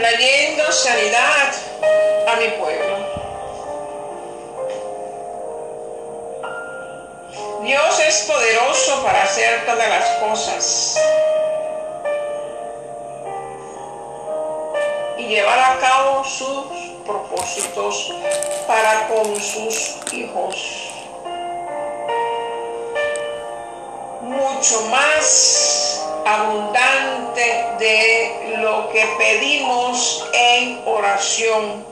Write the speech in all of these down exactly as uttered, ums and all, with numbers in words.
trayendo sanidad a mi pueblo. Dios es poderoso para hacer todas las cosas y llevar a cabo sus propósitos para con sus hijos. Mucho más abundante de lo que pedimos en oración,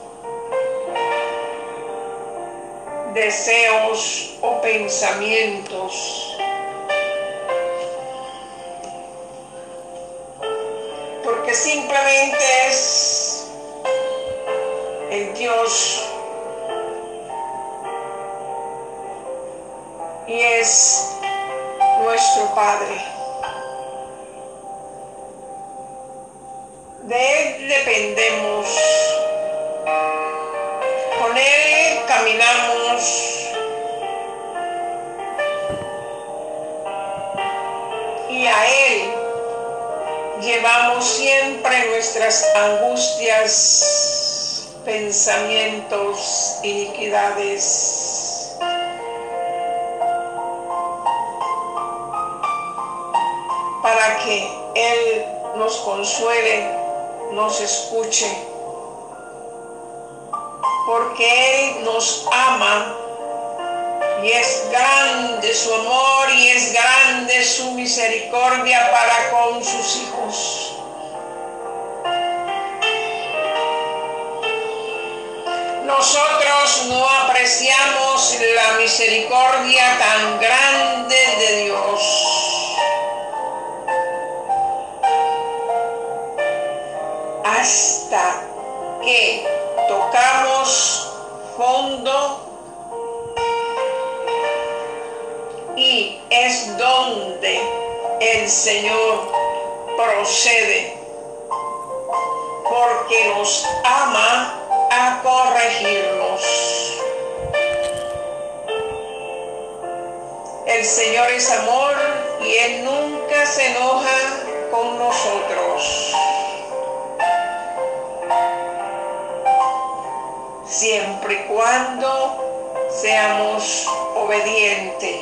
deseos o pensamientos. Porque simplemente es el Dios y es nuestro Padre. De Él dependemos, con Él caminamos y a Él llevamos siempre nuestras angustias, pensamientos, iniquidades. Para que Él nos consuele, nos escuche, porque Él nos ama y es grande su amor y es grande su misericordia para con sus hijos. Nosotros no apreciamos la misericordia tan grande de Dios. Hasta que tocamos fondo y es donde el Señor procede, porque nos ama a corregirnos. El Señor es amor y Él nunca se enoja con nosotros. Siempre y cuando seamos obedientes.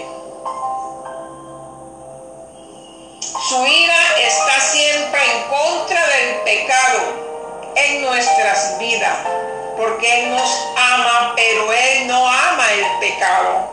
Su ira está siempre en contra del pecado en nuestras vidas, porque Él nos ama, pero Él no ama el pecado.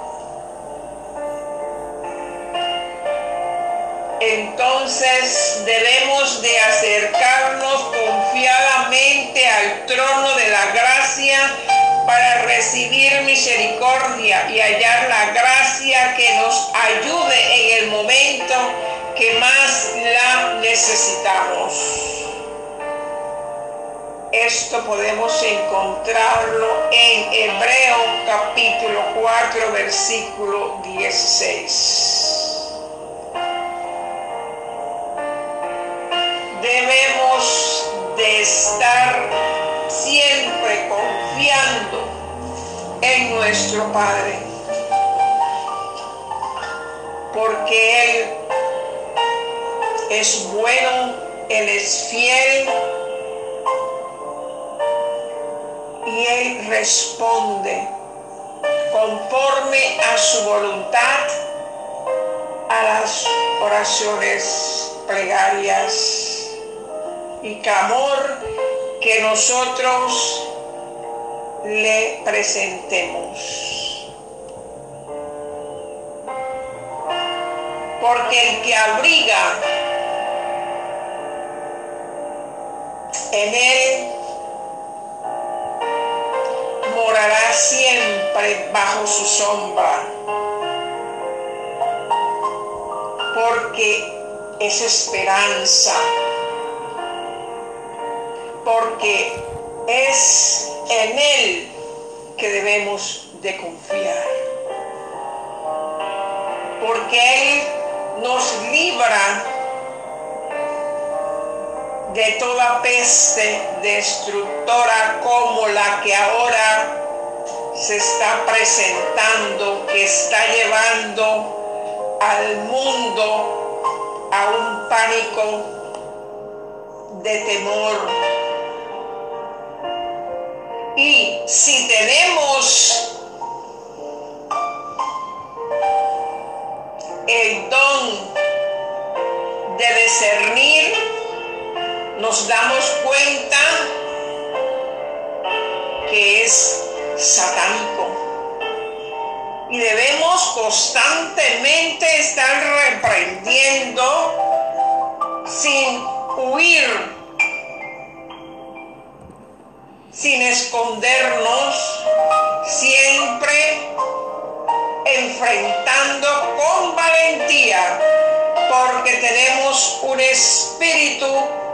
Entonces debemos de acercarnos confiadamente al trono de la gracia para recibir misericordia y hallar la gracia que nos ayude en el momento que más la necesitamos. Esto podemos encontrarlo en Hebreos capítulo cuatro, versículo dieciséis. Debemos de estar siempre confiando en nuestro Padre, porque Él es bueno, Él es fiel y Él responde conforme a su voluntad a las oraciones, plegarias y clamor que nosotros le presentemos. Porque el que abriga en Él morará siempre bajo su sombra, porque es esperanza, porque es en Él que debemos de confiar, porque Él nos libra de toda peste destructora como la que ahora se está presentando, que está llevando al mundo a un pánico de temor cuenta que es satánico. Y debemos constantemente estar reprendiendo sin huir, sin escondernos, siempre enfrentando con valentía, porque tenemos un espíritu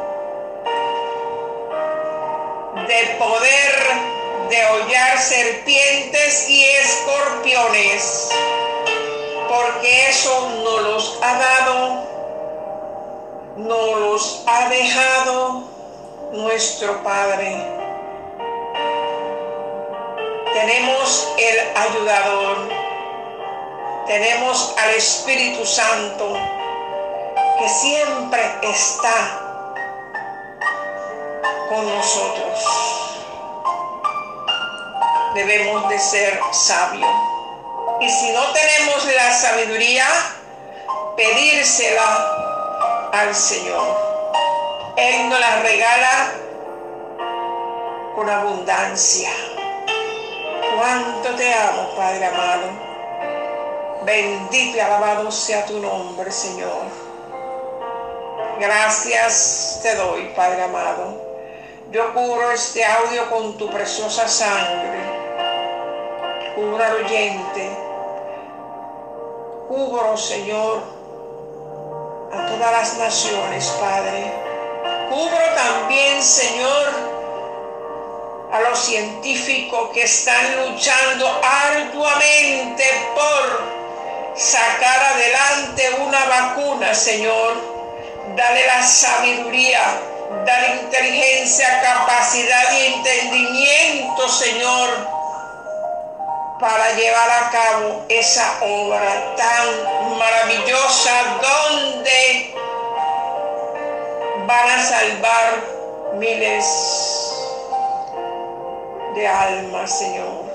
de poder, de hollar serpientes y escorpiones, porque eso nos los ha dado, nos los ha dejado nuestro Padre. Tenemos el ayudador, tenemos al Espíritu Santo, que siempre está con nosotros. Debemos de ser sabios. Y si no tenemos la sabiduría, pedírsela al Señor. Él nos la regala con abundancia. Cuánto te amo, Padre amado. Bendito y alabado sea tu nombre, Señor. Gracias te doy, Padre amado. Yo cubro este audio con tu preciosa sangre. Cubro al oyente. Cubro, Señor, a todas las naciones, Padre. Cubro también, Señor, a los científicos que están luchando arduamente por sacar adelante una vacuna, Señor. Dale la sabiduría, dale inteligencia, capacidad y entendimiento, Señor, para llevar a cabo esa obra tan maravillosa donde van a salvar miles de almas, Señor.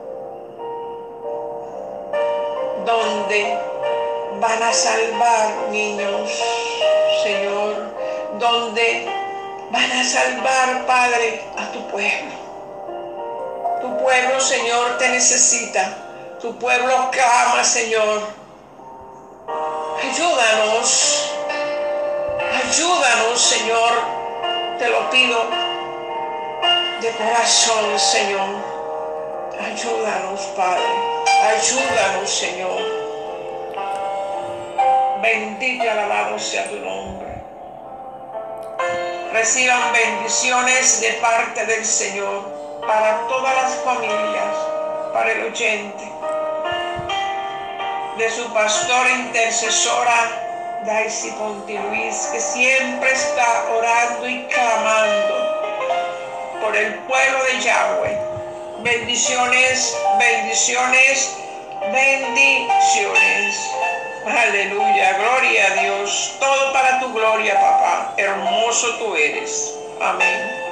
Donde van a salvar niños, Señor. Donde van a salvar, Padre, a tu pueblo. Tu pueblo, Señor, te necesita. Tu pueblo clama, Señor. Ayúdanos. Ayúdanos, Señor. Te lo pido de corazón, Señor. Ayúdanos, Padre. Ayúdanos, Señor. Bendito y alabado sea tu nombre. Reciban bendiciones de parte del Señor para todas las familias, para el oyente, de su pastora intercesora Daisy Ponti Luis, que siempre está orando y clamando por el pueblo de Yahweh. Bendiciones, bendiciones, bendiciones. Aleluya, gloria a Dios. Todo para tu gloria, papá. Hermoso tú eres. Amén.